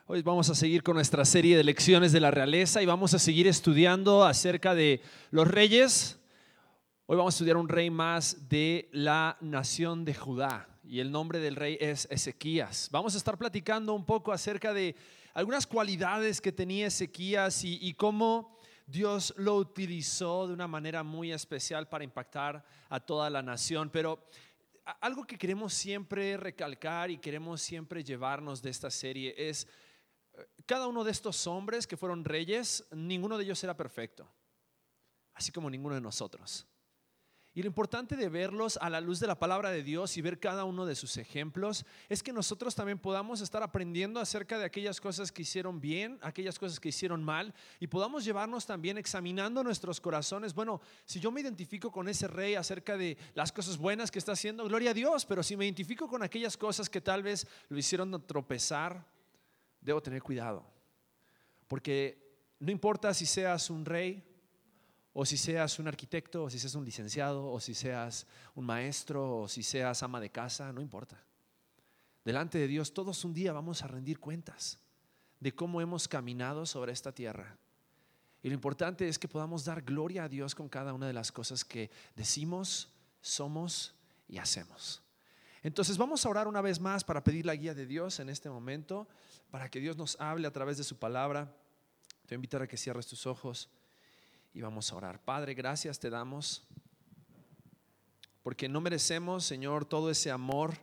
Hoy vamos a seguir con nuestra serie de lecciones de la realeza y vamos a seguir estudiando acerca de los reyes. Hoy vamos a estudiar un rey más de la nación de Judá y el nombre del rey es Ezequías. Vamos a estar platicando un poco acerca de algunas cualidades que tenía Ezequías y cómo Dios lo utilizó de una manera muy especial para impactar a toda la nación. Pero algo que queremos siempre recalcar y queremos siempre llevarnos de esta serie es cada uno de estos hombres que fueron reyes, ninguno de ellos era perfecto, así como ninguno de nosotros. Y lo importante de verlos a la luz de la palabra de Dios y ver cada uno de sus ejemplos es que nosotros también podamos estar aprendiendo acerca de aquellas cosas que hicieron bien, aquellas cosas que hicieron mal, y podamos llevarnos también examinando nuestros corazones. Bueno, si yo me identifico con ese rey acerca de las cosas buenas que está haciendo, gloria a Dios, pero si me identifico con aquellas cosas que tal vez lo hicieron tropezar, debo tener cuidado, porque no importa si seas un rey o si seas un arquitecto, o si seas un licenciado, o si seas un maestro, o si seas ama de casa, no importa. Delante de Dios todos un día vamos a rendir cuentas de cómo hemos caminado sobre esta tierra. Y lo importante es que podamos dar gloria a Dios con cada una de las cosas que decimos, somos y hacemos. Entonces vamos a orar una vez más para pedir la guía de Dios en este momento, para que Dios nos hable a través de su palabra. Te voy a invitar a que cierres tus ojos y vamos a orar. Padre, gracias te damos, porque no merecemos, Señor, todo ese amor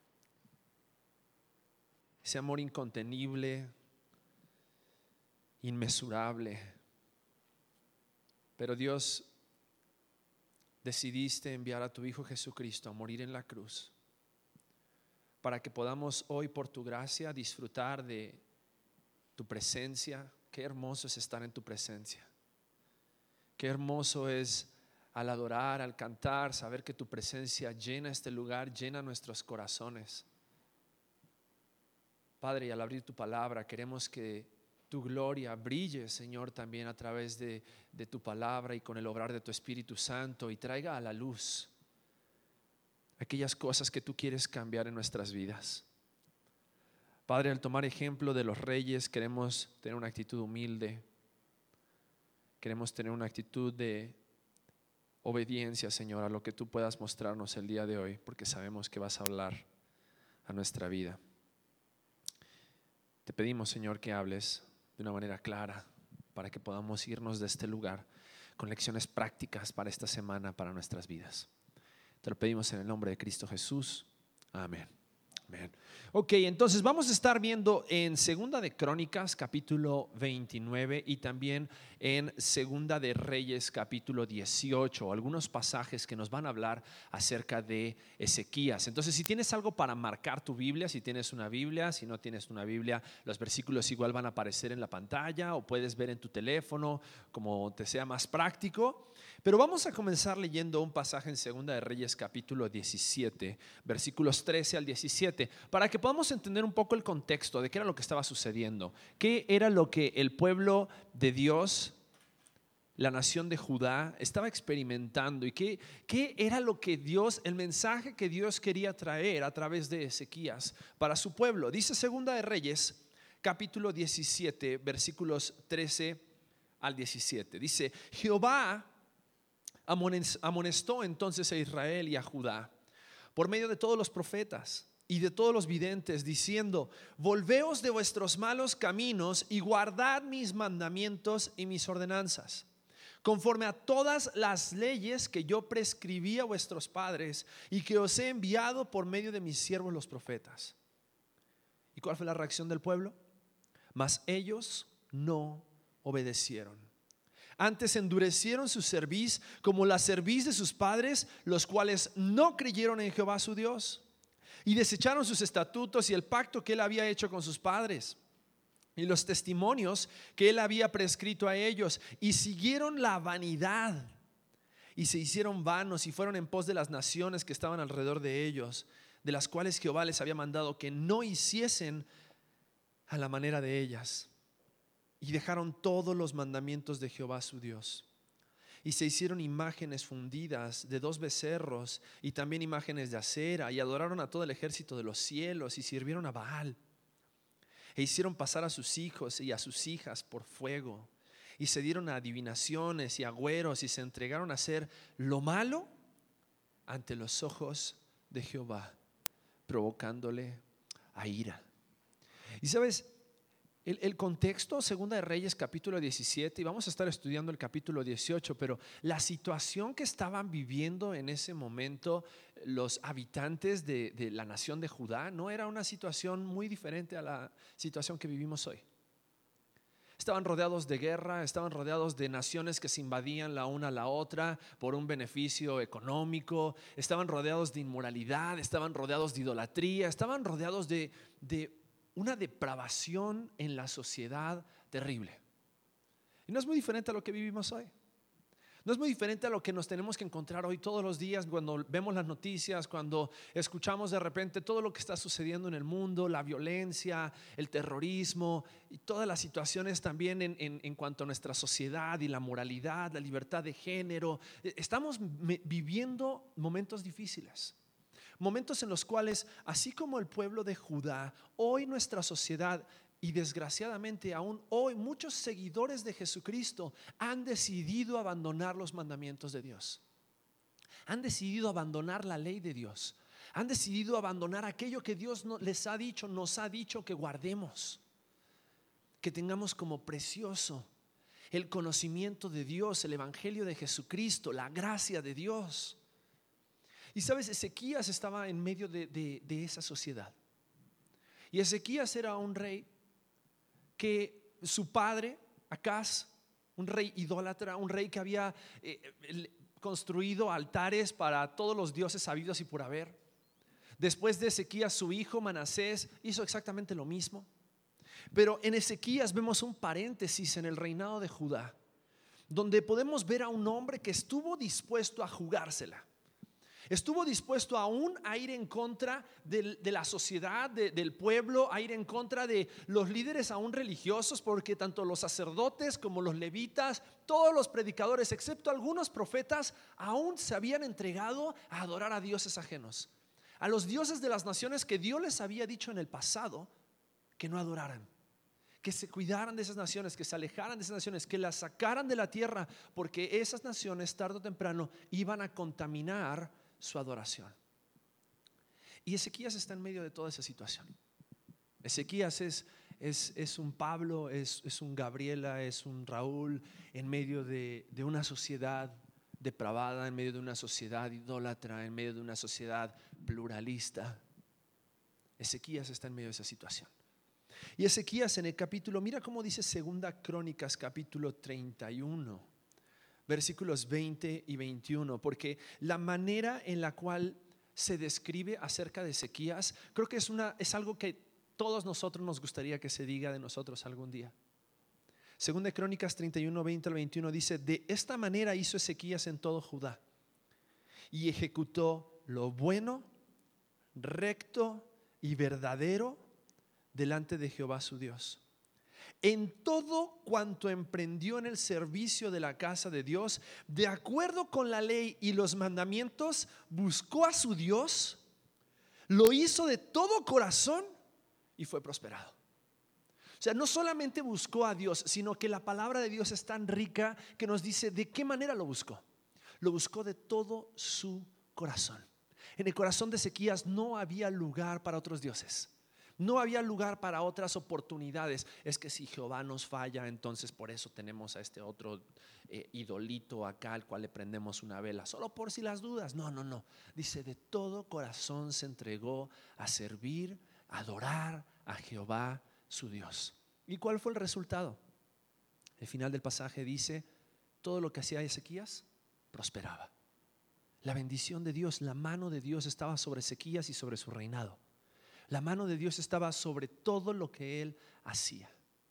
incontenible, inmesurable. Pero Dios, decidiste enviar a tu Hijo Jesucristo a morir en la cruz, para que podamos hoy por tu gracia disfrutar de tu presencia. Qué hermoso es estar en tu presencia. Qué hermoso es al adorar, al cantar, saber que tu presencia llena este lugar, llena nuestros corazones. Padre, y al abrir tu palabra queremos que tu gloria brille, Señor, también a través de tu palabra y con el obrar de tu Espíritu Santo, y traiga a la luz aquellas cosas que tú quieres cambiar en nuestras vidas. Padre, al tomar ejemplo de los reyes queremos tener una actitud humilde, queremos tener una actitud de obediencia, Señor, a lo que tú puedas mostrarnos el día de hoy, porque sabemos que vas a hablar a nuestra vida. Te pedimos, Señor, que hables de una manera clara para que podamos irnos de este lugar con lecciones prácticas para esta semana, para nuestras vidas. Te lo pedimos en el nombre de Cristo Jesús. Amén. Amén. Ok, entonces vamos a estar viendo en Segunda de Crónicas capítulo 29 y también en Segunda de Reyes capítulo 18, algunos pasajes que nos van a hablar acerca de Ezequías. Entonces, si tienes algo para marcar tu Biblia, si tienes una Biblia, si no tienes una Biblia, los versículos igual van a aparecer en la pantalla o puedes ver en tu teléfono, como te sea más práctico. Pero vamos a comenzar leyendo un pasaje en Segunda de Reyes capítulo 17, versículos 13 al 17, para que podamos entender un poco el contexto de qué era lo que estaba sucediendo, qué era lo que el pueblo de Dios, la nación de Judá, estaba experimentando y qué era lo que Dios, el mensaje que Dios quería traer a través de Ezequías para su pueblo. Dice Segunda de Reyes capítulo 17, versículos 13 al 17. Dice: Jehová amonestó entonces a Israel y a Judá por medio de todos los profetas y de todos los videntes, diciendo: volveos de vuestros malos caminos y guardad mis mandamientos y mis ordenanzas, conforme a todas las leyes que yo prescribí a vuestros padres y que os he enviado por medio de mis siervos los profetas. ¿Y cuál fue la reacción del pueblo? Mas ellos no obedecieron. Antes endurecieron su cerviz como la cerviz de sus padres, los cuales no creyeron en Jehová su Dios, y desecharon sus estatutos y el pacto que él había hecho con sus padres, y los testimonios que él había prescrito a ellos, y siguieron la vanidad, y se hicieron vanos, y fueron en pos de las naciones que estaban alrededor de ellos, de las cuales Jehová les había mandado que no hiciesen a la manera de ellas. Y dejaron todos los mandamientos de Jehová su Dios, y se hicieron imágenes fundidas de 2 becerros y también imágenes de acera, y adoraron a todo el ejército de los cielos y sirvieron a Baal. e hicieron pasar a sus hijos y a sus hijas por fuego, y se dieron a adivinaciones y agüeros, y se entregaron a hacer lo malo ante los ojos de Jehová, provocándole a ira. Y sabes, el contexto, Segunda de Reyes capítulo 17, y vamos a estar estudiando el capítulo 18, pero la situación que estaban viviendo en ese momento los habitantes de la nación de Judá no era una situación muy diferente a la situación que vivimos hoy. Estaban rodeados de guerra, estaban rodeados de naciones que se invadían la una a la otra por un beneficio económico, estaban rodeados de inmoralidad, estaban rodeados de idolatría, estaban rodeados de una depravación en la sociedad terrible. Y no es muy diferente a lo que vivimos hoy. No es muy diferente a lo que nos tenemos que encontrar hoy todos los días cuando vemos las noticias, cuando escuchamos de repente todo lo que está sucediendo en el mundo, la violencia, el terrorismo y todas las situaciones también en cuanto a nuestra sociedad y la moralidad, la libertad de género. Estamos viviendo momentos difíciles. Momentos en los cuales, así como el pueblo de Judá, hoy nuestra sociedad y desgraciadamente aún hoy muchos seguidores de Jesucristo han decidido abandonar los mandamientos de Dios. Han decidido abandonar la ley de Dios. Han decidido abandonar aquello que Dios les ha dicho, nos ha dicho que guardemos, que tengamos como precioso el conocimiento de Dios, el evangelio de Jesucristo, la gracia de Dios. Y sabes, Ezequías estaba en medio de esa sociedad. Y Ezequías era un rey que su padre, Acaz, un rey idólatra, un rey que había construido altares para todos los dioses habidos y por haber. Después de Ezequías, su hijo Manasés hizo exactamente lo mismo. Pero en Ezequías vemos un paréntesis en el reinado de Judá, donde podemos ver a un hombre que estuvo dispuesto a jugársela. Estuvo dispuesto aún a ir en contra de la sociedad, del pueblo, a ir en contra de los líderes aún religiosos, porque tanto los sacerdotes como los levitas, todos los predicadores, excepto algunos profetas, aún se habían entregado a adorar a dioses ajenos, a los dioses de las naciones que Dios les había dicho en el pasado que no adoraran, que se cuidaran de esas naciones, que se alejaran de esas naciones, que las sacaran de la tierra, porque esas naciones tarde o temprano iban a contaminar su adoración. Y Ezequías está en medio de toda esa situación. Ezequías es un Pablo, es un Gabriela, es un Raúl en medio de una sociedad depravada, en medio de una sociedad idólatra, en medio de una sociedad pluralista. Ezequías está en medio de esa situación. Y Ezequías en el capítulo, mira cómo dice Segunda Crónicas capítulo 31, versículos 20 y 21, porque la manera en la cual se describe acerca de Ezequías, creo que es algo que todos nosotros nos gustaría que se diga de nosotros algún día. Segunda Crónicas 31, 20 al 21 dice: de esta manera hizo Ezequías en todo Judá, y ejecutó lo bueno, recto y verdadero delante de Jehová su Dios. En todo cuanto emprendió en el servicio de la casa de Dios, de acuerdo con la ley y los mandamientos, buscó a su Dios, lo hizo de todo corazón y fue prosperado. O sea, no solamente buscó a Dios, sino que la palabra de Dios es tan rica que nos dice de qué manera lo buscó. Lo buscó de todo su corazón. En el corazón de Ezequías no había lugar para otros dioses. No había lugar para otras oportunidades. Es que si Jehová nos falla, entonces por eso tenemos a este otro idolito acá al cual le prendemos una vela, solo por si las dudas. No. Dice: de todo corazón se entregó a servir, a adorar a Jehová su Dios. ¿Y cuál fue el resultado? El final del pasaje dice: todo lo que hacía Ezequías prosperaba. La bendición de Dios, la mano de Dios estaba sobre Ezequías y sobre su reinado. La mano de Dios estaba sobre todo lo que él hacía.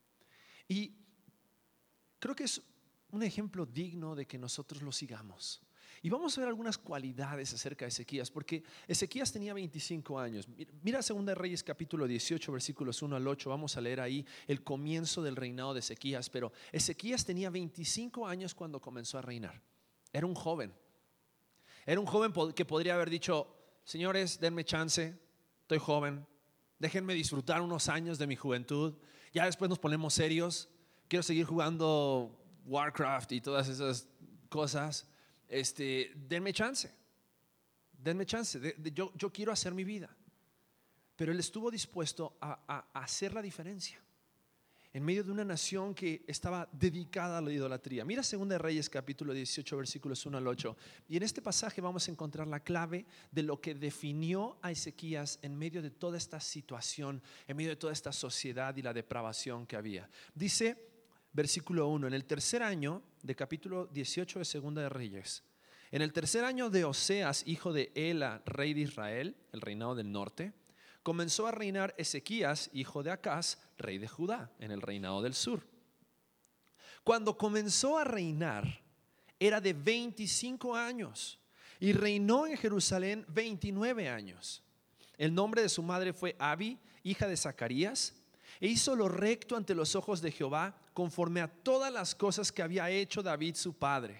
Y creo que es un ejemplo digno de que nosotros lo sigamos. Y vamos a ver algunas cualidades acerca de Ezequías, porque Ezequías tenía 25 años. Mira 2 Reyes capítulo 18 versículos 1 al 8. Vamos a leer ahí el comienzo del reinado de Ezequías. Pero Ezequías tenía 25 años cuando comenzó a reinar. Era un joven. Era un joven que podría haber dicho: señores, denme chance, estoy joven, Déjenme disfrutar unos años de mi juventud. Ya después nos ponemos serios. Quiero seguir jugando Warcraft y todas esas cosas. Denme chance. Denme chance. Yo quiero hacer mi vida. Pero él estuvo dispuesto a hacer la diferencia en medio de una nación que estaba dedicada a la idolatría. Mira 2 de Reyes capítulo 18 versículos 1 al 8. Y en este pasaje vamos a encontrar la clave de lo que definió a Ezequías en medio de toda esta situación, en medio de toda esta sociedad y la depravación que había. Dice versículo 1: en el tercer año de capítulo 18 de 2 de Reyes, en el tercer año de Oseas, hijo de Ela, rey de Israel, el reinado del norte, comenzó a reinar Ezequías, hijo de Acaz, rey de Judá, en el reinado del sur. Cuando comenzó a reinar, era de 25 años y reinó en Jerusalén 29 años. El nombre de su madre fue Abi, hija de Zacarías, e hizo lo recto ante los ojos de Jehová, conforme a todas las cosas que había hecho David su padre.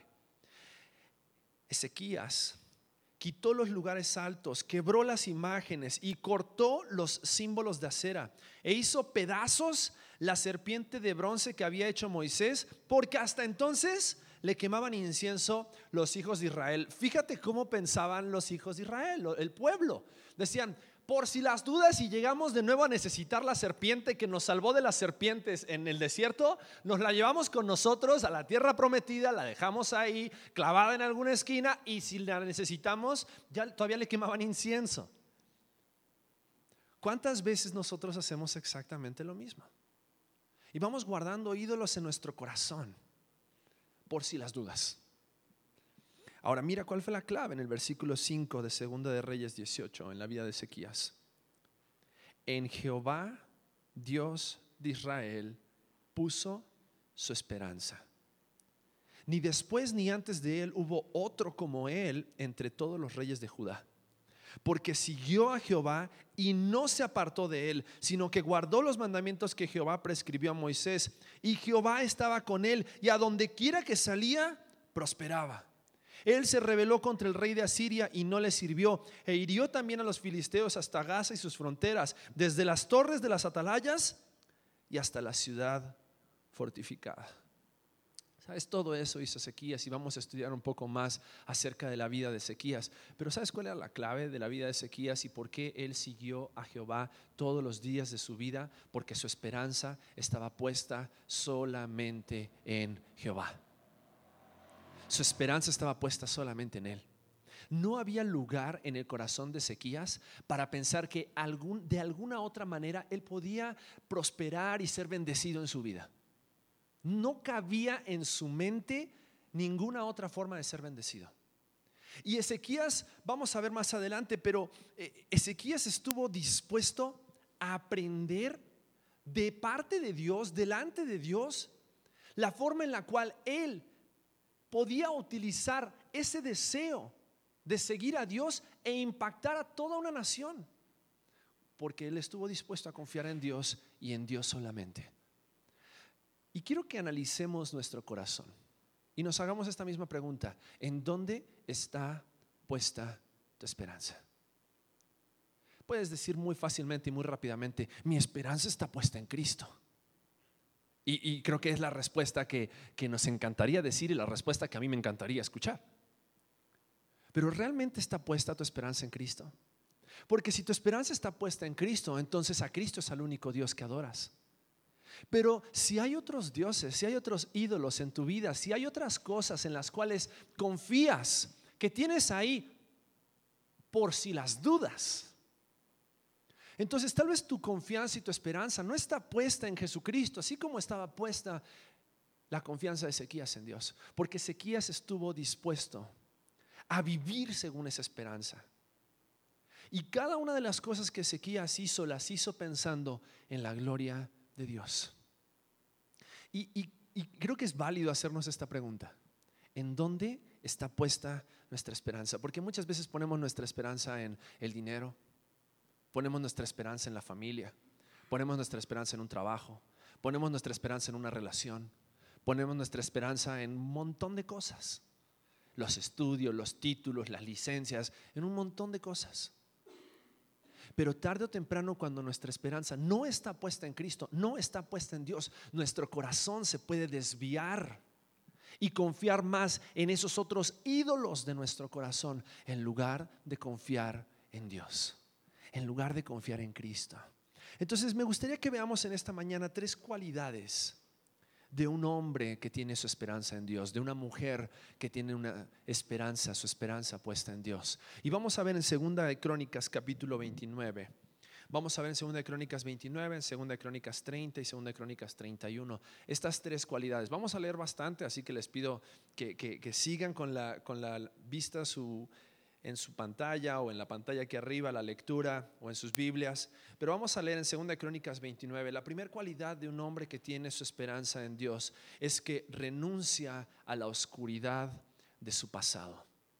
Ezequías quitó los lugares altos, quebró las imágenes y cortó los símbolos de acera, e hizo pedazos la serpiente de bronce que había hecho Moisés, porque hasta entonces le quemaban incienso los hijos de Israel. Fíjate cómo pensaban los hijos de Israel, el pueblo. Decían: por si las dudas, si llegamos de nuevo a necesitar la serpiente que nos salvó de las serpientes en el desierto, nos la llevamos con nosotros a la tierra prometida, la dejamos ahí clavada en alguna esquina, y si la necesitamos, ya todavía le quemaban incienso. ¿Cuántas veces nosotros hacemos exactamente lo mismo? Y vamos guardando ídolos en nuestro corazón por si las dudas. Ahora mira cuál fue la clave en el versículo 5 de 2 de Reyes 18 en la vida de Ezequías. En Jehová, Dios de Israel, puso su esperanza. Ni después ni antes de él hubo otro como él entre todos los reyes de Judá. Porque siguió a Jehová y no se apartó de él, sino que guardó los mandamientos que Jehová prescribió a Moisés. Y Jehová estaba con él, y a donde quiera que salía, prosperaba. Él se rebeló contra el rey de Asiria y no le sirvió, e hirió también a los filisteos hasta Gaza y sus fronteras, desde las torres de las atalayas y hasta la ciudad fortificada. ¿Sabes? Todo eso hizo Ezequías, y vamos a estudiar un poco más acerca de la vida de Ezequías. Pero ¿sabes cuál era la clave de la vida de Ezequías y por qué él siguió a Jehová todos los días de su vida? Porque su esperanza estaba puesta solamente en Jehová. Su esperanza estaba puesta solamente en él. No había lugar en el corazón de Ezequías para pensar que de alguna otra manera él podía prosperar y ser bendecido en su vida. No cabía en su mente ninguna otra forma de ser bendecido. Y Ezequías, vamos a ver más adelante, pero Ezequías estuvo dispuesto a aprender de parte de Dios, delante de Dios, la forma en la cual él podía utilizar ese deseo de seguir a Dios e impactar a toda una nación, porque él estuvo dispuesto a confiar en Dios y en Dios solamente. Y quiero que analicemos nuestro corazón y nos hagamos esta misma pregunta: ¿en dónde está puesta tu esperanza? Puedes decir muy fácilmente y muy rápidamente: mi esperanza está puesta en Cristo. Y creo que es la respuesta que nos encantaría decir, y la respuesta que a mí me encantaría escuchar. Pero ¿realmente está puesta tu esperanza en Cristo? Porque si tu esperanza está puesta en Cristo, entonces a Cristo es el único Dios que adoras. Pero si hay otros dioses, si hay otros ídolos en tu vida, si hay otras cosas en las cuales confías, que tienes ahí por si las dudas, entonces tal vez tu confianza y tu esperanza no está puesta en Jesucristo, así como estaba puesta la confianza de Ezequías en Dios. Porque Ezequías estuvo dispuesto a vivir según esa esperanza. Y cada una de las cosas que Ezequías hizo, las hizo pensando en la gloria de Dios. Y creo que es válido hacernos esta pregunta: ¿en dónde está puesta nuestra esperanza? Porque muchas veces ponemos nuestra esperanza en el dinero, ponemos nuestra esperanza en la familia, ponemos nuestra esperanza en un trabajo, ponemos nuestra esperanza en una relación, ponemos nuestra esperanza en un montón de cosas. Los estudios, los títulos, las licencias, en un montón de cosas. Pero tarde o temprano, cuando nuestra esperanza no está puesta en Cristo, no está puesta en Dios, nuestro corazón se puede desviar y confiar más en esos otros ídolos de nuestro corazón, en lugar de confiar en Dios, en lugar de confiar en Cristo. Entonces me gustaría que veamos en esta mañana 3 cualidades de un hombre que tiene su esperanza en Dios, de una mujer que tiene su esperanza puesta en Dios. Y vamos a ver en 2 de Crónicas capítulo 29. Vamos a ver en 2 de Crónicas 29, en 2 de Crónicas 30 y 2 de Crónicas 31 estas 3 cualidades. Vamos a leer bastante, así que les pido que sigan con la vista en su pantalla o en la pantalla aquí arriba, la lectura o en sus Biblias. Pero vamos a leer en 2 de Crónicas 29. La primera cualidad de un hombre que tiene su esperanza en Dios es que renuncia a la oscuridad de su pasado.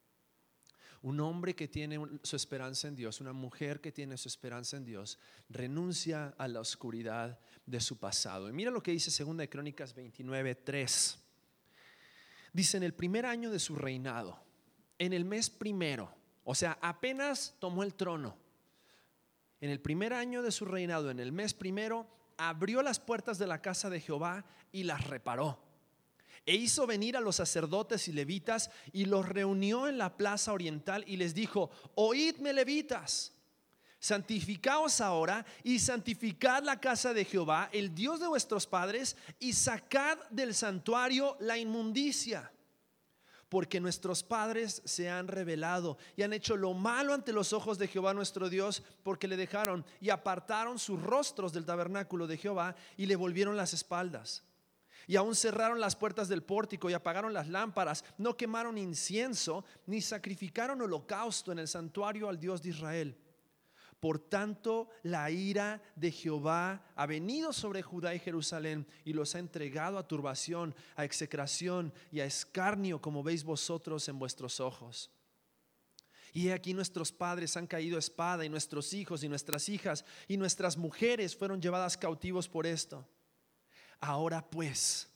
Un hombre que tiene su esperanza en Dios, una mujer que tiene su esperanza en Dios, renuncia a la oscuridad de su pasado. Y mira lo que dice 2 de Crónicas 29:3. Dice: en el primer año de su reinado, en el mes primero, o sea, apenas tomó el trono, en el primer año de su reinado, en el mes primero, abrió las puertas de la casa de Jehová y las reparó. E hizo venir a los sacerdotes y levitas y los reunió en la plaza oriental y les dijo: oídme, levitas, santificaos ahora y santificad la casa de Jehová, el Dios de vuestros padres, y sacad del santuario la inmundicia. Porque nuestros padres se han rebelado y han hecho lo malo ante los ojos de Jehová nuestro Dios, porque le dejaron y apartaron sus rostros del tabernáculo de Jehová y le volvieron las espaldas. Y aún cerraron las puertas del pórtico y apagaron las lámparas, no quemaron incienso ni sacrificaron holocausto en el santuario al Dios de Israel. Por tanto, la ira de Jehová ha venido sobre Judá y Jerusalén y los ha entregado a turbación, a execración y a escarnio, como veis vosotros en vuestros ojos. Y he aquí nuestros padres han caído a espada, y nuestros hijos y nuestras hijas y nuestras mujeres fueron llevadas cautivos por esto. Ahora pues,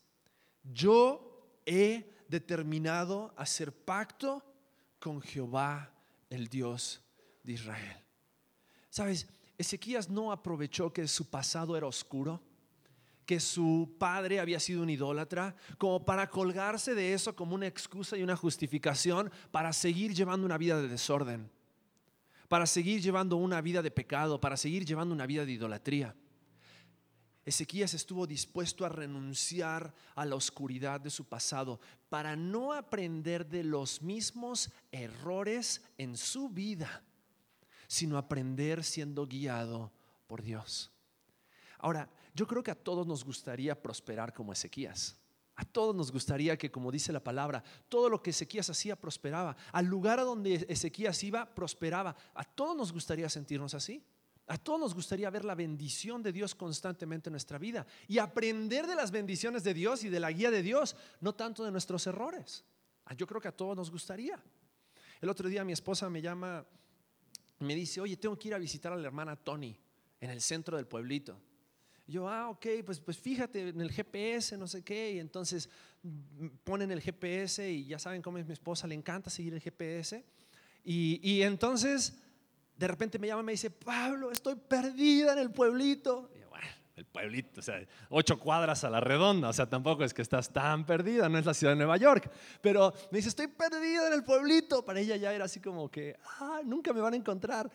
yo he determinado hacer pacto con Jehová, el Dios de Israel. ¿Sabes? Ezequías no aprovechó que su pasado era oscuro, que su padre había sido un idólatra, como para colgarse de eso como una excusa y una justificación para seguir llevando una vida de desorden, para seguir llevando una vida de pecado, para seguir llevando una vida de idolatría. Ezequías estuvo dispuesto a renunciar a la oscuridad de su pasado para no aprender de los mismos errores en su vida, sino aprender siendo guiado por Dios. Ahora, yo creo que a todos nos gustaría prosperar como Ezequías. A todos nos gustaría que, como dice la palabra, todo lo que Ezequías hacía prosperaba. Al lugar a donde Ezequías iba, prosperaba. A todos nos gustaría sentirnos así. A todos nos gustaría ver la bendición de Dios constantemente en nuestra vida y aprender de las bendiciones de Dios y de la guía de Dios, no tanto de nuestros errores. Yo creo que a todos nos gustaría. El otro día mi esposa me llama y me dice: oye, tengo que ir a visitar a la hermana Tony en el centro del pueblito. Y yo: ok, pues fíjate en el GPS, no sé qué. Y entonces ponen el GPS y ya saben cómo es mi esposa, le encanta seguir el GPS. Y entonces de repente me llama y me dice: Pablo, estoy perdida en el pueblito. Y yo: bueno, el pueblito, o sea, 8 cuadras a la redonda, o sea, tampoco es que estás tan perdida, no es la ciudad de Nueva York. Pero me dice: estoy perdida en el pueblito. Para ella ya era así como que nunca me van a encontrar.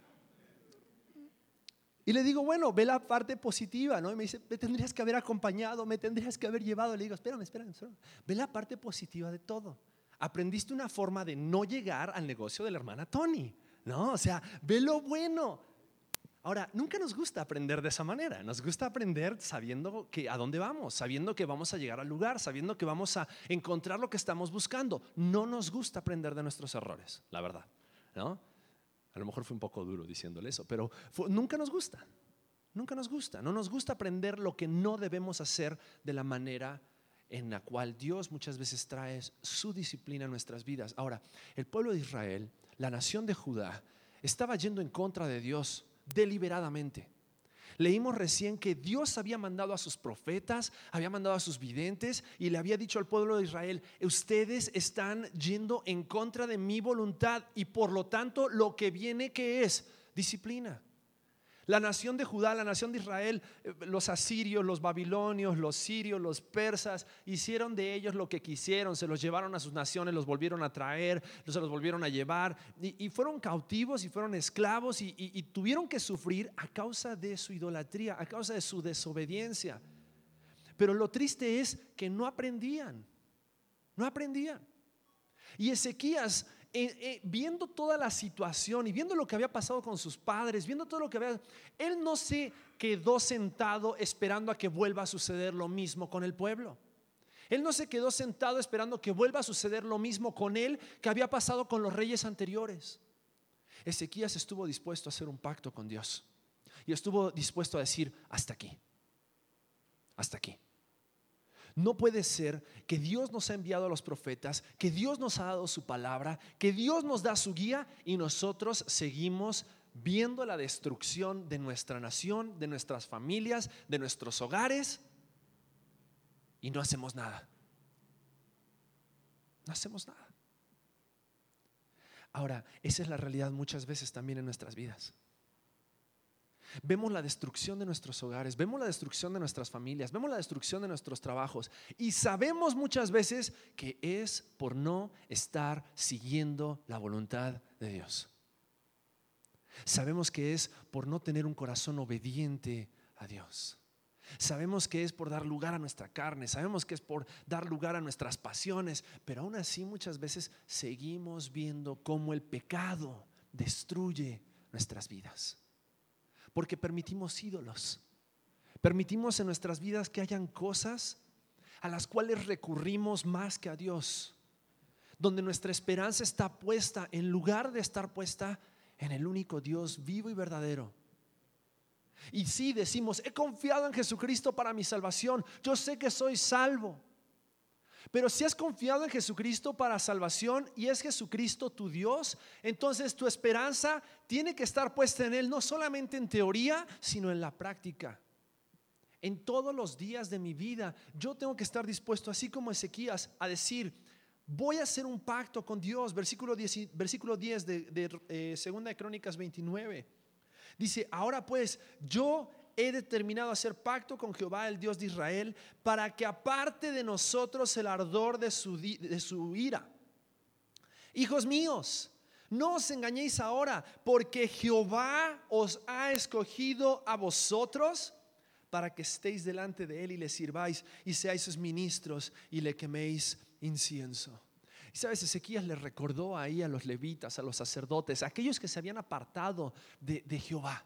Y le digo: bueno, ve la parte positiva, ¿no? Y me dice: me tendrías que haber acompañado, me tendrías que haber llevado. Le digo: espérame. Ve la parte positiva de todo. Aprendiste una forma de no llegar al negocio de la hermana Tony, ¿no? O sea, ve lo bueno. Ahora, nunca nos gusta aprender de esa manera. Nos gusta aprender sabiendo que a dónde vamos, sabiendo que vamos a llegar al lugar, sabiendo que vamos a encontrar lo que estamos buscando. No nos gusta aprender de nuestros errores, la verdad, ¿no? A lo mejor fue un poco duro diciéndole eso, pero nunca nos gusta. Nunca nos gusta. No nos gusta aprender lo que no debemos hacer de la manera en la cual Dios muchas veces trae su disciplina a nuestras vidas. Ahora, el pueblo de Israel, la nación de Judá, estaba yendo en contra de Dios deliberadamente. Leímos recién que Dios había mandado a sus profetas, había mandado a sus videntes y le había dicho al pueblo de Israel: ustedes están yendo en contra de mi voluntad y por lo tanto lo que viene, ¿qué es? Disciplina. La nación de Judá, la nación de Israel, los asirios, los babilonios, los sirios, los persas, hicieron de ellos lo que quisieron, se los llevaron a sus naciones, los volvieron a traer, se los volvieron a llevar y fueron cautivos y fueron esclavos y tuvieron que sufrir a causa de su idolatría, a causa de su desobediencia. Pero lo triste es que no aprendían. Y Ezequías, viendo toda la situación y viendo lo que había pasado con sus padres, viendo todo lo que había, él no se quedó sentado esperando a que vuelva a suceder lo mismo con el pueblo. Él no se quedó sentado esperando que vuelva a suceder lo mismo con él que había pasado con los reyes anteriores. Ezequías estuvo dispuesto a hacer un pacto con Dios y estuvo dispuesto a decir: hasta aquí, hasta aquí. No puede ser que Dios nos ha enviado a los profetas, que Dios nos ha dado su palabra, que Dios nos da su guía y nosotros seguimos viendo la destrucción de nuestra nación, de nuestras familias, de nuestros hogares y no hacemos nada. No hacemos nada. Ahora, esa es la realidad muchas veces también en nuestras vidas. Vemos la destrucción de nuestros hogares, vemos la destrucción de nuestras familias, vemos la destrucción de nuestros trabajos y sabemos muchas veces que es por no estar siguiendo la voluntad de Dios. Sabemos que es por no tener un corazón obediente a Dios. Sabemos que es por dar lugar a nuestra carne, sabemos que es por dar lugar a nuestras pasiones, pero aún así muchas veces seguimos viendo cómo el pecado destruye nuestras vidas. Porque permitimos ídolos, permitimos en nuestras vidas que hayan cosas a las cuales recurrimos más que a Dios, donde nuestra esperanza está puesta en lugar de estar puesta en el único Dios vivo y verdadero. Y sí, decimos: he confiado en Jesucristo para mi salvación, yo sé que soy salvo. Pero si has confiado en Jesucristo para salvación y es Jesucristo tu Dios, entonces tu esperanza tiene que estar puesta en Él, no solamente en teoría, sino en la práctica. En todos los días de mi vida yo tengo que estar dispuesto, así como Ezequías, a decir: voy a hacer un pacto con Dios. Versículo 10 de Segunda de Crónicas 29 dice: ahora pues yo he determinado hacer pacto con Jehová, el Dios de Israel, para que aparte de nosotros el ardor de su ira. Hijos míos, no os engañéis ahora, porque Jehová os ha escogido a vosotros para que estéis delante de él y le sirváis y seáis sus ministros y le queméis incienso. Y sabes, Ezequías le recordó ahí a los levitas, a los sacerdotes, a aquellos que se habían apartado de Jehová.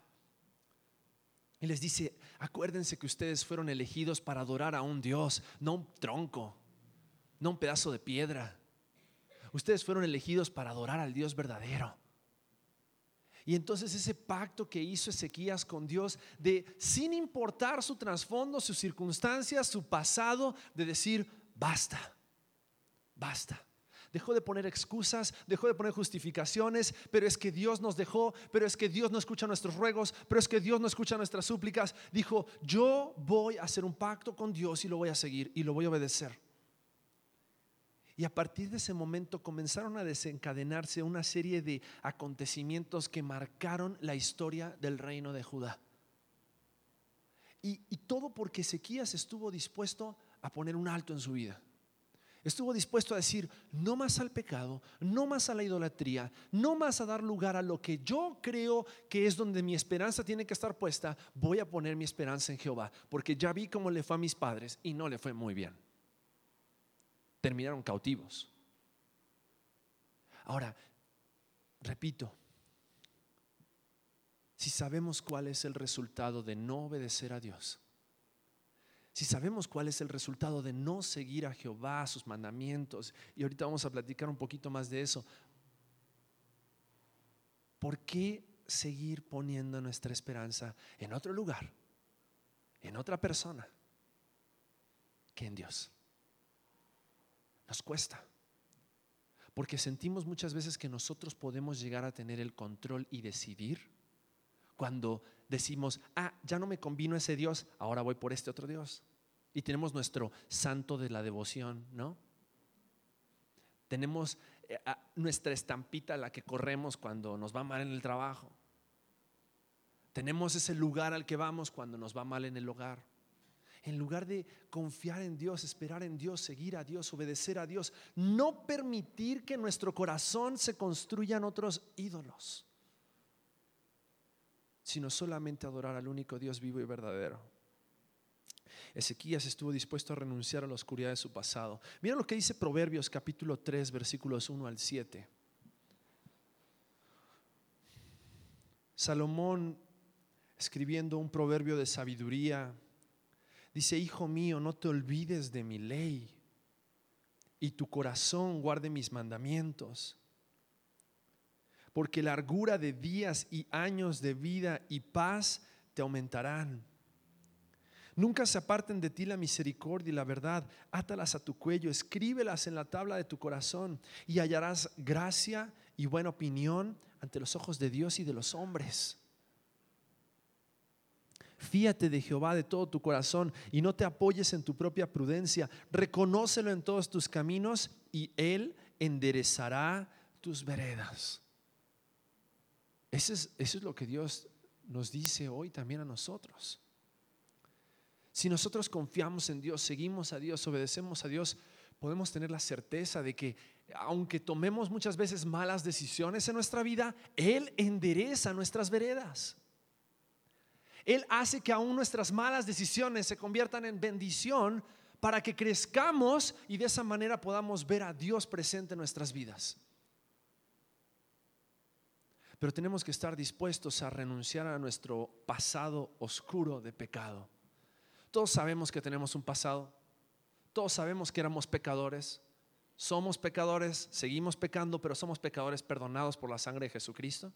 Y les dice: acuérdense que ustedes fueron elegidos para adorar a un Dios, no un tronco, no un pedazo de piedra. Ustedes fueron elegidos para adorar al Dios verdadero. Y entonces ese pacto que hizo Ezequías con Dios, de sin importar su trasfondo, sus circunstancias, su pasado, de decir: basta, basta. Dejó de poner excusas, dejó de poner justificaciones. Pero es que Dios nos dejó, pero es que Dios no escucha nuestros ruegos, pero es que Dios no escucha nuestras súplicas. Dijo: yo voy a hacer un pacto con Dios y lo voy a seguir y lo voy a obedecer. Y a partir de ese momento comenzaron a desencadenarse una serie de acontecimientos que marcaron la historia del reino de Judá. Y todo porque Ezequías estuvo dispuesto a poner un alto en su vida. Estuvo dispuesto a decir: no más al pecado, no más a la idolatría, no más a dar lugar a lo que yo creo que es donde mi esperanza tiene que estar puesta. Voy a poner mi esperanza en Jehová, porque ya vi cómo le fue a mis padres y no le fue muy bien. Terminaron cautivos. Ahora, repito, si sabemos cuál es el resultado de no obedecer a Dios, si sabemos cuál es el resultado de no seguir a Jehová, sus mandamientos, y ahorita vamos a platicar un poquito más de eso, ¿por qué seguir poniendo nuestra esperanza en otro lugar, en otra persona, que en Dios? Nos cuesta, porque sentimos muchas veces que nosotros podemos llegar a tener el control y decidir. Cuando decimos: ya no me convino ese Dios, ahora voy por este otro Dios. Y tenemos nuestro santo de la devoción, ¿no? Tenemos nuestra estampita a la que corremos cuando nos va mal en el trabajo. Tenemos ese lugar al que vamos cuando nos va mal en el hogar. En lugar de confiar en Dios, esperar en Dios, seguir a Dios, obedecer a Dios, no permitir que nuestro corazón se construyan otros ídolos, sino solamente adorar al único Dios vivo y verdadero. Ezequías estuvo dispuesto a renunciar a la oscuridad de su pasado. Mira lo que dice Proverbios capítulo 3 versículos 1 al 7. Salomón, escribiendo un proverbio de sabiduría, dice: hijo mío, no te olvides de mi ley, y tu corazón guarde mis mandamientos, porque largura de días y años de vida y paz te aumentarán. Nunca se aparten de ti la misericordia y la verdad. Átalas a tu cuello, escríbelas en la tabla de tu corazón, y hallarás gracia y buena opinión ante los ojos de Dios y de los hombres. Fíate de Jehová de todo tu corazón y no te apoyes en tu propia prudencia. Reconócelo en todos tus caminos y Él enderezará tus veredas. Eso es lo que Dios nos dice hoy también a nosotros. Si nosotros confiamos en Dios, seguimos a Dios, obedecemos a Dios, podemos tener la certeza de que aunque tomemos muchas veces malas decisiones en nuestra vida, Él endereza nuestras veredas. Él hace que aún nuestras malas decisiones se conviertan en bendición para que crezcamos y de esa manera podamos ver a Dios presente en nuestras vidas. Pero tenemos que estar dispuestos a renunciar a nuestro pasado oscuro de pecado. Todos sabemos que tenemos un pasado. Todos sabemos que éramos pecadores. Somos pecadores, seguimos pecando, pero somos pecadores perdonados por la sangre de Jesucristo.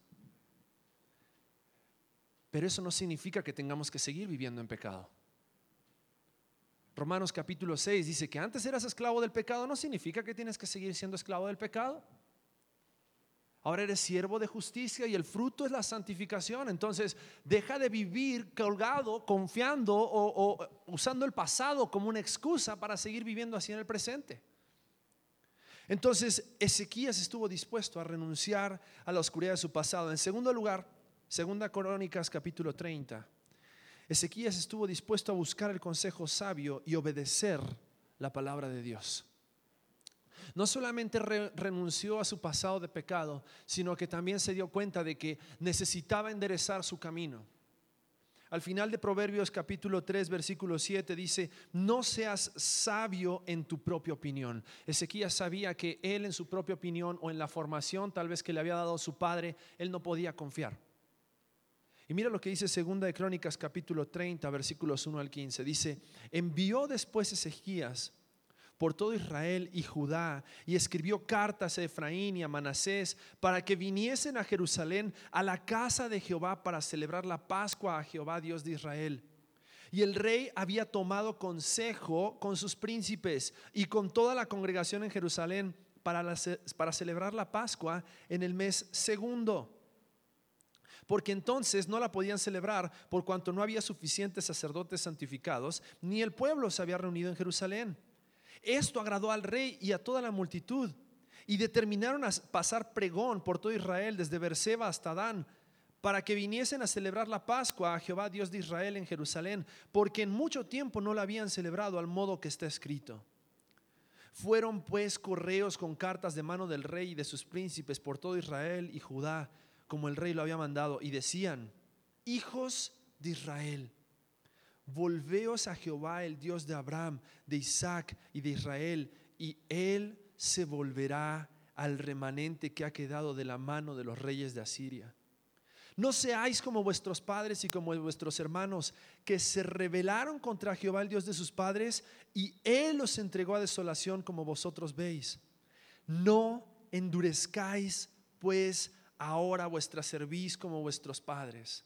Pero eso no significa que tengamos que seguir viviendo en pecado. Romanos capítulo 6 dice que antes eras esclavo del pecado. No significa que tienes que seguir siendo esclavo del pecado. Ahora eres siervo de justicia y el fruto es la santificación. Entonces deja de vivir colgado, confiando o usando el pasado como una excusa para seguir viviendo así en el presente. Entonces Ezequías estuvo dispuesto a renunciar a la oscuridad de su pasado. En segundo lugar, Segunda Crónicas capítulo 30, Ezequías estuvo dispuesto a buscar el consejo sabio y obedecer la palabra de Dios. No solamente renunció a su pasado de pecado, sino que también se dio cuenta de que necesitaba enderezar su camino. Al final de Proverbios capítulo 3 versículo 7 dice: no seas sabio en tu propia opinión. Ezequías sabía que él en su propia opinión o en la formación tal vez que le había dado su padre, él no podía confiar. Y mira lo que dice Segunda de Crónicas capítulo 30 versículos 1 al 15. Dice: envió después Ezequías por todo Israel y Judá y escribió cartas a Efraín y a Manasés para que viniesen a Jerusalén a la casa de Jehová para celebrar la Pascua a Jehová Dios de Israel. Y el rey había tomado consejo con sus príncipes y con toda la congregación en Jerusalén para celebrar la Pascua en el mes segundo, porque entonces no la podían celebrar por cuanto no había suficientes sacerdotes santificados, ni el pueblo se había reunido en Jerusalén. Esto agradó al rey y a toda la multitud, y determinaron a pasar pregón por todo Israel desde Beerseba hasta Dan, para que viniesen a celebrar la Pascua a Jehová Dios de Israel en Jerusalén, porque en mucho tiempo no la habían celebrado al modo que está escrito. Fueron pues correos con cartas de mano del rey y de sus príncipes por todo Israel y Judá, como el rey lo había mandado, y decían: hijos de Israel, volveos a Jehová, el Dios de Abraham, de Isaac y de Israel, y Él se volverá al remanente que ha quedado de la mano de los reyes de Asiria. No seáis como vuestros padres y como vuestros hermanos, que se rebelaron contra Jehová, el Dios de sus padres, y Él los entregó a desolación, como vosotros veis. No endurezcáis pues ahora vuestra cerviz como vuestros padres.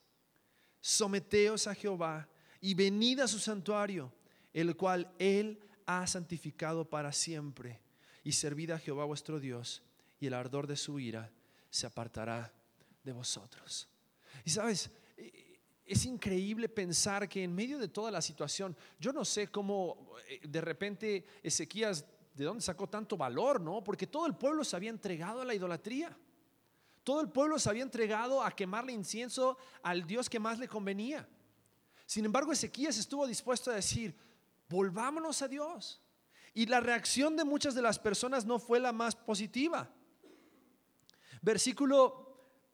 Someteos a Jehová y venid a su santuario, el cual Él ha santificado para siempre, y servid a Jehová vuestro Dios, y el ardor de su ira se apartará de vosotros. Y sabes, es increíble pensar que en medio de toda la situación, yo no sé cómo de repente Ezequías, de dónde sacó tanto valor, ¿no? Porque todo el pueblo se había entregado a la idolatría. Todo el pueblo se había entregado a quemarle incienso al Dios que más le convenía. Sin embargo, Ezequías estuvo dispuesto a decir: volvámonos a Dios. Y la reacción de muchas de las personas no fue la más positiva. Versículo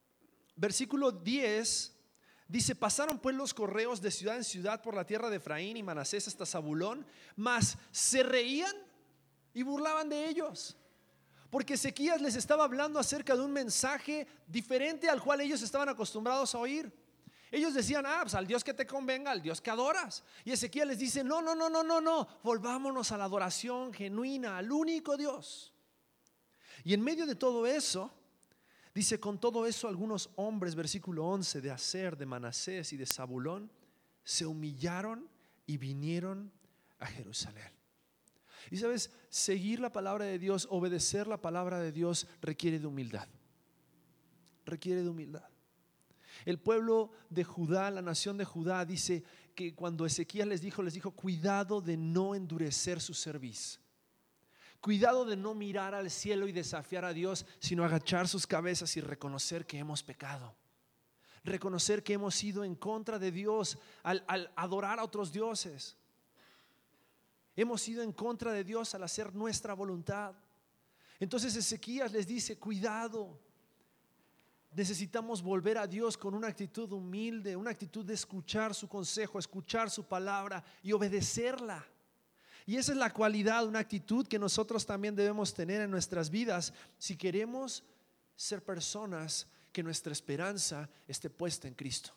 10 dice: pasaron pues los correos de ciudad en ciudad por la tierra de Efraín y Manasés hasta Zabulón, mas se reían y burlaban de ellos, porque Ezequías les estaba hablando acerca de un mensaje diferente al cual ellos estaban acostumbrados a oír. Ellos decían: pues al Dios que te convenga, al Dios que adoras. Y Ezequías les dice: no, volvámonos a la adoración genuina, al único Dios. Y en medio de todo eso, dice: con todo eso algunos hombres, versículo 11, de Aser, de Manasés y de Zabulón, se humillaron y vinieron a Jerusalén. Y sabes, seguir la palabra de Dios, obedecer la palabra de Dios requiere de humildad. Requiere de humildad. El pueblo de Judá, la nación de Judá, dice que cuando Ezequías les dijo: cuidado de no endurecer su cerviz. Cuidado de no mirar al cielo y desafiar a Dios, sino agachar sus cabezas y reconocer que hemos pecado. Reconocer que hemos ido en contra de Dios al adorar a otros dioses. Hemos ido en contra de Dios al hacer nuestra voluntad. Entonces Ezequías les dice: cuidado. Necesitamos volver a Dios con una actitud humilde, una actitud de escuchar su consejo, escuchar su palabra y obedecerla. Y esa es la cualidad, una actitud que nosotros también debemos tener en nuestras vidas si queremos ser personas que nuestra esperanza esté puesta en Cristo.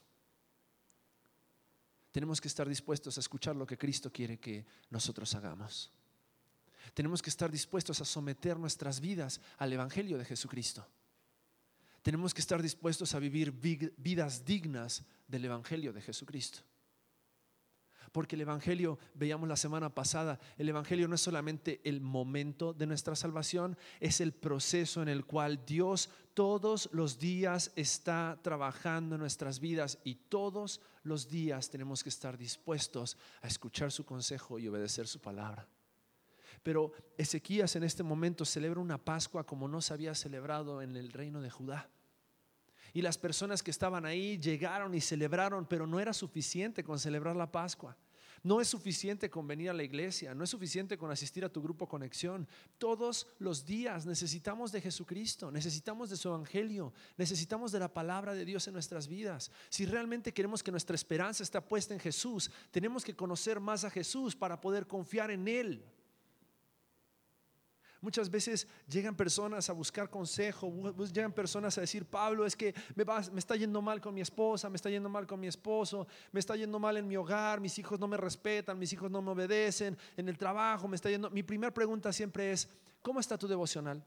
Tenemos que estar dispuestos a escuchar lo que Cristo quiere que nosotros hagamos. Tenemos que estar dispuestos a someter nuestras vidas al Evangelio de Jesucristo. Tenemos que estar dispuestos a vivir vidas dignas del Evangelio de Jesucristo. Porque el Evangelio, veíamos la semana pasada, el Evangelio no es solamente el momento de nuestra salvación, es el proceso en el cual Dios todos los días está trabajando en nuestras vidas, y todos los días tenemos que estar dispuestos a escuchar su consejo y obedecer su palabra. Pero Ezequías en este momento celebra una Pascua como no se había celebrado en el reino de Judá. Y las personas que estaban ahí llegaron y celebraron, pero no era suficiente con celebrar la Pascua. No es suficiente con venir a la iglesia, no es suficiente con asistir a tu grupo Conexión. Todos los días necesitamos de Jesucristo, necesitamos de su evangelio, necesitamos de la palabra de Dios en nuestras vidas. Si realmente queremos que nuestra esperanza esté puesta en Jesús, tenemos que conocer más a Jesús para poder confiar en Él. Muchas veces llegan personas a buscar consejo, llegan personas a decir: Pablo, es que me está yendo mal con mi esposa, me está yendo mal con mi esposo, me está yendo mal en mi hogar, mis hijos no me respetan, mis hijos no me obedecen, en el trabajo me está yendo. Mi primera pregunta siempre es: ¿cómo está tu devocional?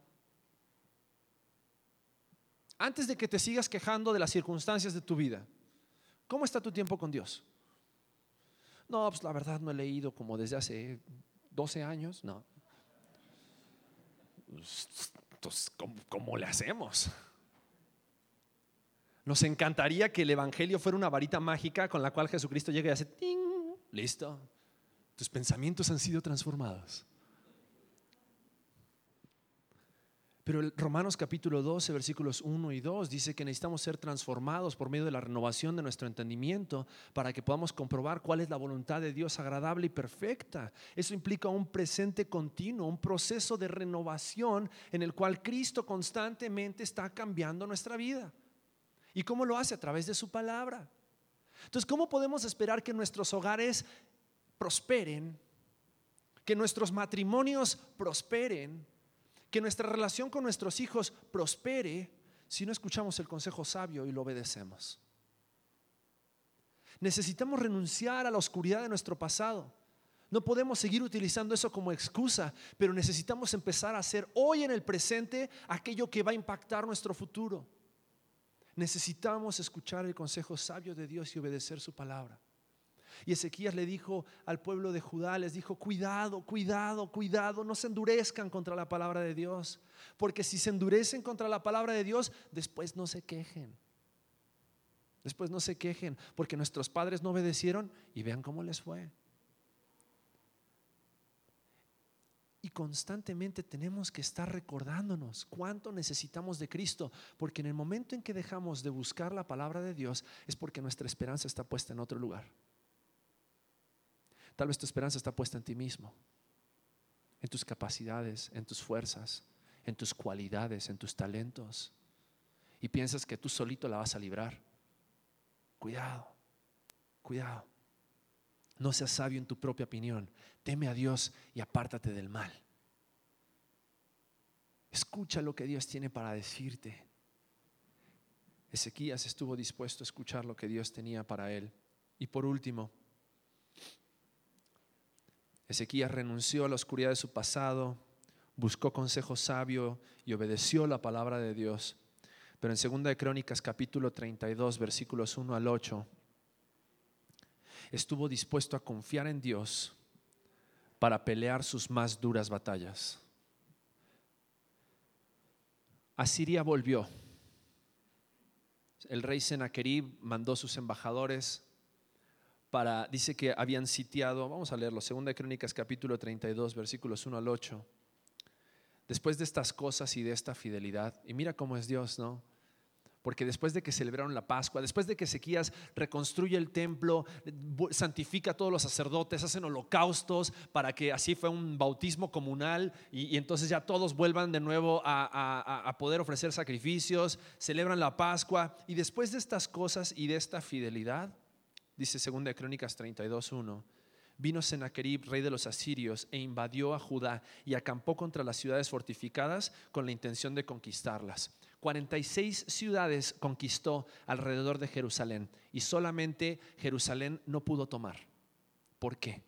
Antes de que te sigas quejando de las circunstancias de tu vida, ¿cómo está tu tiempo con Dios? No, pues la verdad no he leído como desde hace 12 años, no. Entonces, ¿cómo le hacemos? Nos encantaría que el evangelio fuera una varita mágica con la cual Jesucristo llega y hace ¡ting! Listo, tus pensamientos han sido transformados. Pero el Romanos capítulo 12 versículos 1 y 2 dice que necesitamos ser transformados por medio de la renovación de nuestro entendimiento para que podamos comprobar cuál es la voluntad de Dios agradable y perfecta. Eso implica un presente continuo, un proceso de renovación en el cual Cristo constantemente está cambiando nuestra vida. ¿Y cómo lo hace? A través de su palabra. Entonces, ¿cómo podemos esperar que nuestros hogares prosperen, que nuestros matrimonios prosperen, que nuestra relación con nuestros hijos prospere si no escuchamos el consejo sabio y lo obedecemos? Necesitamos renunciar a la oscuridad de nuestro pasado. No podemos seguir utilizando eso como excusa, pero necesitamos empezar a hacer hoy en el presente aquello que va a impactar nuestro futuro. Necesitamos escuchar el consejo sabio de Dios y obedecer su palabra. Y Ezequías le dijo al pueblo de Judá, les dijo: cuidado, no se endurezcan contra la palabra de Dios, porque si se endurecen contra la palabra de Dios, después no se quejen. Después no se quejen, porque nuestros padres no obedecieron y vean cómo les fue. Y constantemente tenemos que estar recordándonos cuánto necesitamos de Cristo, porque en el momento en que dejamos de buscar la palabra de Dios es porque nuestra esperanza está puesta en otro lugar. Tal vez tu esperanza está puesta en ti mismo, en tus capacidades, en tus fuerzas, en tus cualidades, en tus talentos, y piensas que tú solito la vas a librar. Cuidado, cuidado. No seas sabio en tu propia opinión. Teme a Dios y apártate del mal. Escucha lo que Dios tiene para decirte. Ezequías estuvo dispuesto a escuchar lo que Dios tenía para él. Y por último, Ezequías renunció a la oscuridad de su pasado, buscó consejo sabio y obedeció la palabra de Dios. Pero en 2 de Crónicas capítulo 32 versículos 1 al 8 estuvo dispuesto a confiar en Dios para pelear sus más duras batallas. Asiria volvió. El rey Sennacherib mandó sus embajadores dice que habían sitiado, vamos a leerlo, 2 de Crónicas capítulo 32 versículos 1 al 8. Después de estas cosas y de esta fidelidad, y mira cómo es Dios, ¿no? Porque después de que celebraron la Pascua, después de que Ezequías reconstruye el templo, santifica a todos los sacerdotes, hacen holocaustos para que así fue un bautismo comunal y entonces ya todos vuelvan de nuevo a poder ofrecer sacrificios, celebran la Pascua, y después de estas cosas y de esta fidelidad, dice 2 de Crónicas 32:1, vino Sennacherib, rey de los asirios, e invadió a Judá y acampó contra las ciudades fortificadas con la intención de conquistarlas. 46 ciudades conquistó alrededor de Jerusalén y solamente Jerusalén no pudo tomar. ¿Por qué?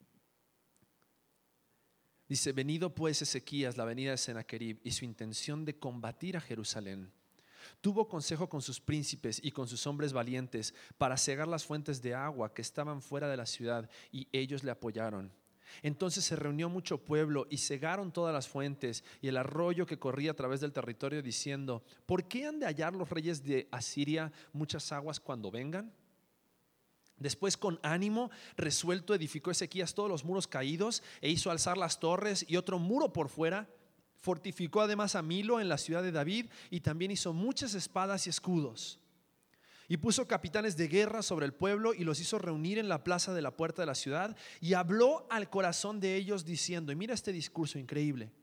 Dice: venido pues Ezequías la venida de Sennacherib y su intención de combatir a Jerusalén, tuvo consejo con sus príncipes y con sus hombres valientes para cegar las fuentes de agua que estaban fuera de la ciudad, y ellos le apoyaron. Entonces se reunió mucho pueblo y cegaron todas las fuentes y el arroyo que corría a través del territorio, diciendo: ¿por qué han de hallar los reyes de Asiria muchas aguas cuando vengan? Después, con ánimo resuelto, edificó Ezequías todos los muros caídos e hizo alzar las torres y otro muro por fuera. Fortificó además a Milo en la ciudad de David y también hizo muchas espadas y escudos. Y puso capitanes de guerra sobre el pueblo y los hizo reunir en la plaza de la puerta de la ciudad, y habló al corazón de ellos diciendo, y mira este discurso increíble: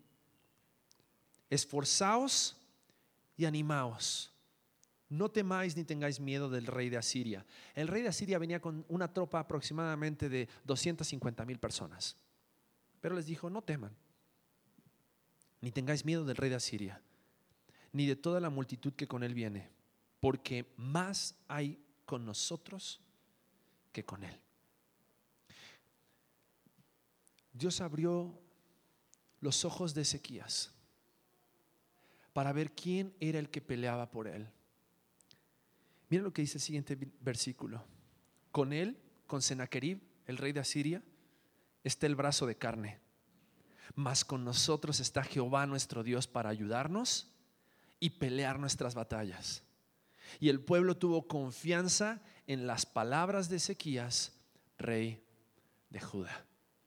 esforzaos y animaos, no temáis ni tengáis miedo del rey de Asiria. El rey de Asiria venía con una tropa aproximadamente de 250,000 personas, pero les dijo: no teman, ni tengáis miedo del rey de Asiria, ni de toda la multitud que con él viene, porque más hay con nosotros que con él. Dios abrió los ojos de Ezequías para ver quién era el que peleaba por él. Mira lo que dice el siguiente versículo: con él, con Sennacherib, el rey de Asiria, está el brazo de carne, mas con nosotros está Jehová nuestro Dios para ayudarnos y pelear nuestras batallas. Y el pueblo tuvo confianza en las palabras de Ezequías, rey de Judá.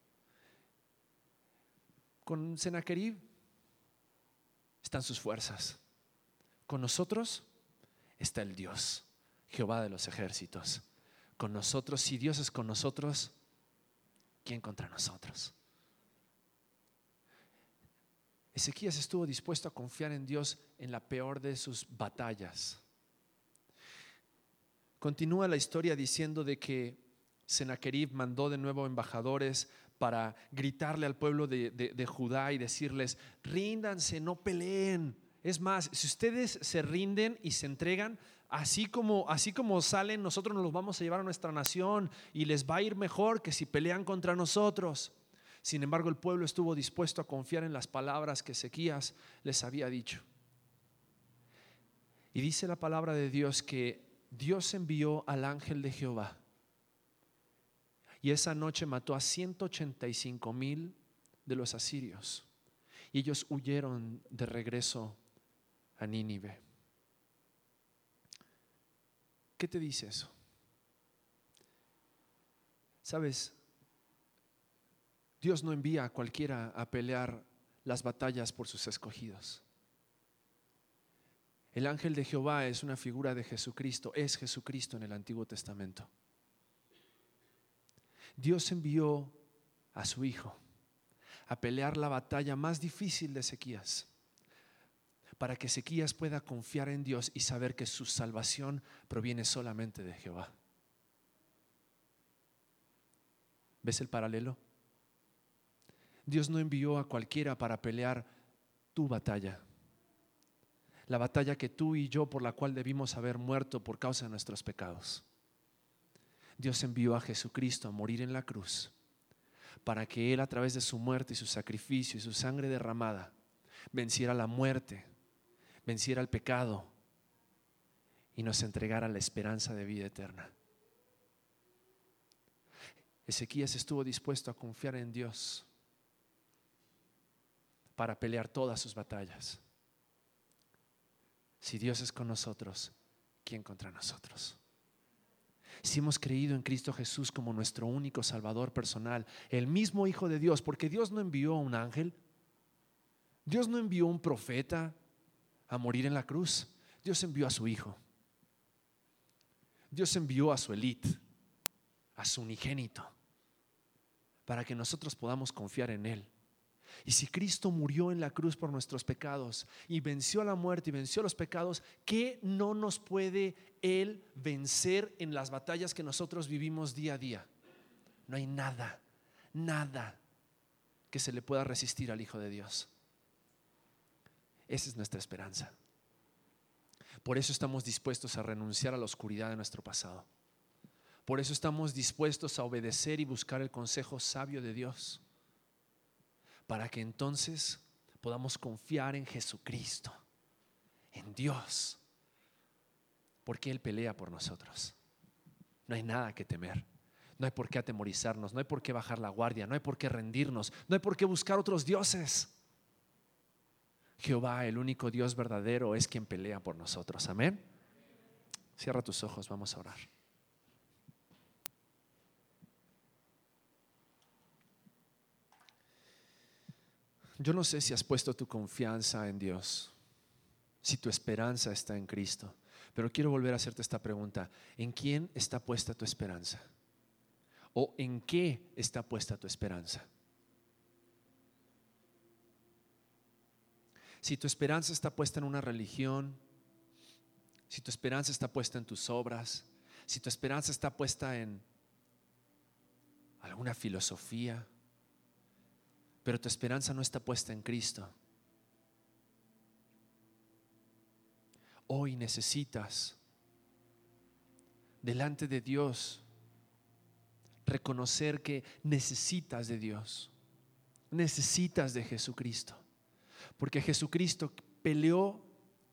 Con Sennacherib están sus fuerzas, con nosotros está el Dios, Jehová de los ejércitos. Con nosotros, si Dios es con nosotros, ¿quién contra nosotros? Ezequías estuvo dispuesto a confiar en Dios en la peor de sus batallas. Continúa la historia diciendo de que Sennacherib mandó de nuevo embajadores para gritarle al pueblo de Judá y decirles: ríndanse, no peleen. Es más, si ustedes se rinden y se entregan, así como salen, nosotros nos los vamos a llevar a nuestra nación y les va a ir mejor que si pelean contra nosotros. Sin embargo, el pueblo estuvo dispuesto a confiar en las palabras que Ezequías les había dicho. Y dice la palabra de Dios que Dios envió al ángel de Jehová, y esa noche mató a 185,000 de los asirios, y ellos huyeron de regreso a Nínive. ¿Qué te dice eso? ¿Sabes? Dios no envía a cualquiera a pelear las batallas por sus escogidos. El ángel de Jehová es una figura de Jesucristo, es Jesucristo en el Antiguo Testamento. Dios envió a su Hijo a pelear la batalla más difícil de Ezequías, para que Ezequías pueda confiar en Dios y saber que su salvación proviene solamente de Jehová. ¿Ves el paralelo? Dios no envió a cualquiera para pelear tu batalla, la batalla que tú y yo, por la cual debimos haber muerto por causa de nuestros pecados. Dios envió a Jesucristo a morir en la cruz para que Él, a través de su muerte y su sacrificio y su sangre derramada, venciera la muerte, venciera el pecado y nos entregara la esperanza de vida eterna. Ezequías estuvo dispuesto a confiar en Dios para pelear todas sus batallas. Si Dios es con nosotros, ¿quién contra nosotros? Si hemos creído en Cristo Jesús como nuestro único Salvador personal, el mismo Hijo de Dios, porque Dios no envió a un ángel, Dios no envió a un profeta a morir en la cruz, Dios envió a su Hijo. Dios envió a su élite, a su unigénito, para que nosotros podamos confiar en Él. Y si Cristo murió en la cruz por nuestros pecados y venció la muerte y venció los pecados, ¿qué no nos puede Él vencer en las batallas que nosotros vivimos día a día? No hay nada, nada que se le pueda resistir al Hijo de Dios. Esa es nuestra esperanza. Por eso estamos dispuestos a renunciar a la oscuridad de nuestro pasado. Por eso estamos dispuestos a obedecer y buscar el consejo sabio de Dios, para que entonces podamos confiar en Jesucristo, en Dios, porque Él pelea por nosotros. No hay nada que temer, no hay por qué atemorizarnos, no hay por qué bajar la guardia, no hay por qué rendirnos, no hay por qué buscar otros dioses. Jehová, el único Dios verdadero, es quien pelea por nosotros. Amén. Cierra tus ojos, vamos a orar. Yo no sé si has puesto tu confianza en Dios, si tu esperanza está en Cristo, pero quiero volver a hacerte esta pregunta: ¿en quién está puesta tu esperanza? ¿O en qué está puesta tu esperanza? Si tu esperanza está puesta en una religión, si tu esperanza está puesta en tus obras, si tu esperanza está puesta en alguna filosofía, pero tu esperanza no está puesta en Cristo, hoy necesitas delante de Dios reconocer que necesitas de Dios, necesitas de Jesucristo, porque Jesucristo peleó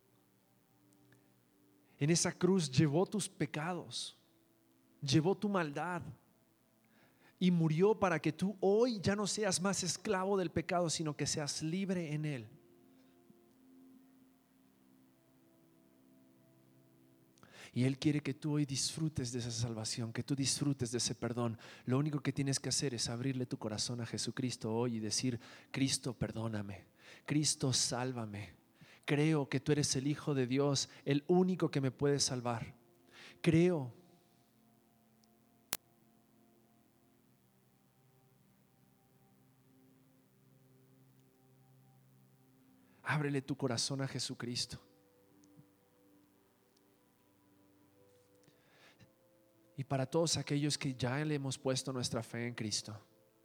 en esa cruz, llevó tus pecados, llevó tu maldad y murió para que tú hoy ya no seas más esclavo del pecado, sino que seas libre en Él. Y Él quiere que tú hoy disfrutes de esa salvación, que tú disfrutes de ese perdón. Lo único que tienes que hacer es abrirle tu corazón a Jesucristo hoy y decir: Cristo, perdóname, Cristo, sálvame. Creo que tú eres el Hijo de Dios, el único que me puede salvar. Creo. Ábrele tu corazón a Jesucristo. Y para todos aquellos que ya le hemos puesto nuestra fe en Cristo,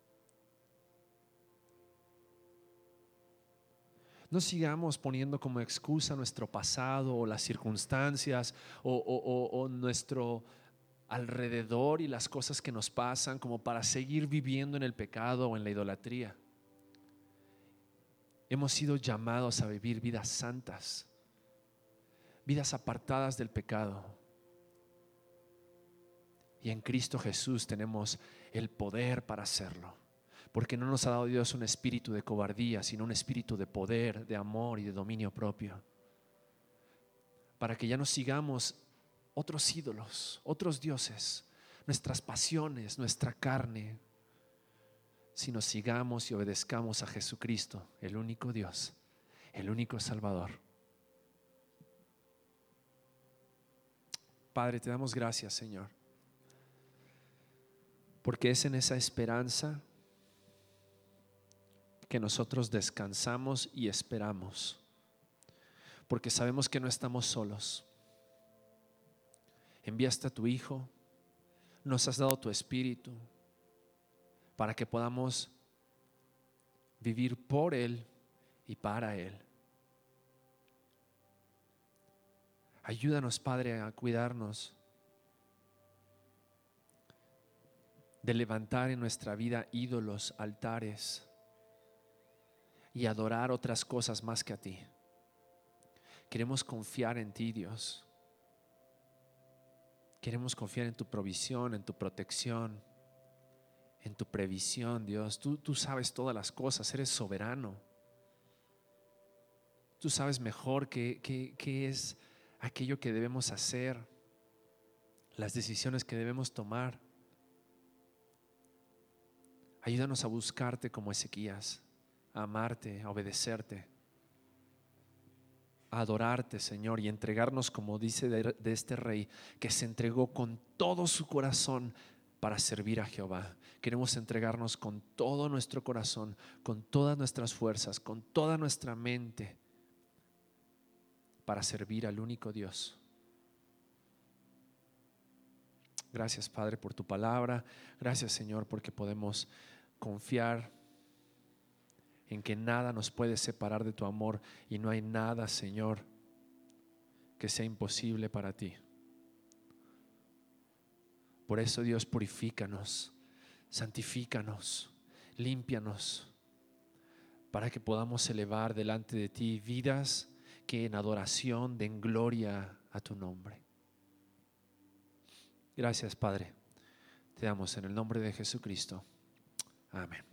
no sigamos poniendo como excusa nuestro pasado o las circunstancias o nuestro alrededor y las cosas que nos pasan como para seguir viviendo en el pecado o en la idolatría. Hemos sido llamados a vivir vidas santas, vidas apartadas del pecado. Y en Cristo Jesús tenemos el poder para hacerlo, porque no nos ha dado Dios un espíritu de cobardía, sino un espíritu de poder, de amor y de dominio propio, para que ya no sigamos otros ídolos, otros dioses, nuestras pasiones, nuestra carne, sino sigamos y obedezcamos a Jesucristo, el único Dios, el único Salvador. Padre, te damos gracias, Señor, porque es en esa esperanza que nosotros descansamos y esperamos, porque sabemos que no estamos solos. Enviaste a tu Hijo, nos has dado tu Espíritu para que podamos vivir por Él y para Él. Ayúdanos, Padre, a cuidarnos de levantar en nuestra vida ídolos, altares y adorar otras cosas más que a ti. Queremos confiar en ti, Dios. Queremos confiar en tu provisión, en tu protección, en tu previsión, Dios. Tú sabes todas las cosas, eres soberano. Tú sabes mejor qué es aquello que debemos hacer, las decisiones que debemos tomar. Ayúdanos a buscarte como Ezequías, a amarte, a obedecerte, a adorarte, Señor, y entregarnos, como dice de este rey, que se entregó con todo su corazón para servir a Jehová. Queremos entregarnos con todo nuestro corazón, con todas nuestras fuerzas, con toda nuestra mente, para servir al único Dios. Gracias, Padre, por tu palabra. Gracias, Señor, porque podemos confiar en que nada nos puede separar de tu amor y no hay nada, Señor, que sea imposible para ti. Por eso, Dios, purifícanos, santifícanos, límpianos, para que podamos elevar delante de ti vidas que en adoración den gloria a tu nombre. Gracias, Padre. Te damos en el nombre de Jesucristo. Amén.